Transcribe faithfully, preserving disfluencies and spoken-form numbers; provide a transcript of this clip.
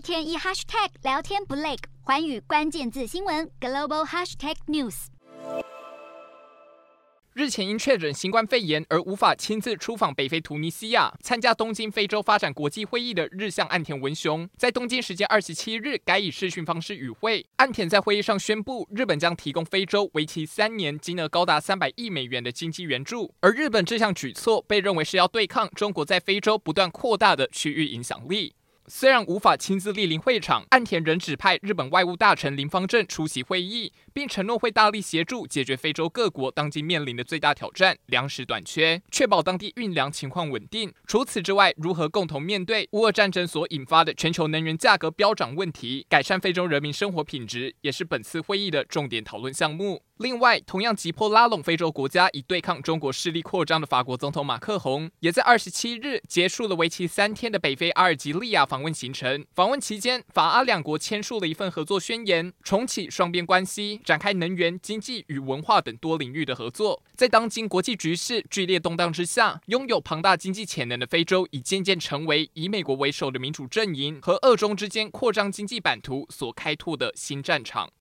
天一 hashtag 聊天不累，寰宇关键字新闻 global hashtag news。 日前因确诊新冠肺炎而无法亲自出访北非突尼西亚参加东京非洲发展国际会议的日向岸田文雄，在东京时间二十七日改以视讯方式与会。岸田在会议上宣布，日本将提供非洲为期三年、金额高达三百亿美元的经济援助。而日本这项举措被认为是要对抗中国在非洲不断扩大的区域影响力。虽然无法亲自莅临会场，岸田仍指派日本外务大臣林芳正出席会议，并承诺会大力协助解决非洲各国当今面临的最大挑战——粮食短缺，确保当地运粮情况稳定。除此之外，如何共同面对乌俄战争所引发的全球能源价格飙涨问题，改善非洲人民生活品质，也是本次会议的重点讨论项目。另外，同样急迫拉拢非洲国家以对抗中国势力扩张的法国总统马克宏，也在二十七日结束了为期三天的北非阿尔及利亚访问行程。访问期间，法阿两国签署了一份合作宣言，重启双边关系，展开能源、经济与文化等多领域的合作。在当今国际局势剧烈动荡之下，拥有庞大经济潜能的非洲已渐渐成为以美国为首的民主阵营和俄中之间扩张经济版图所开拓的新战场。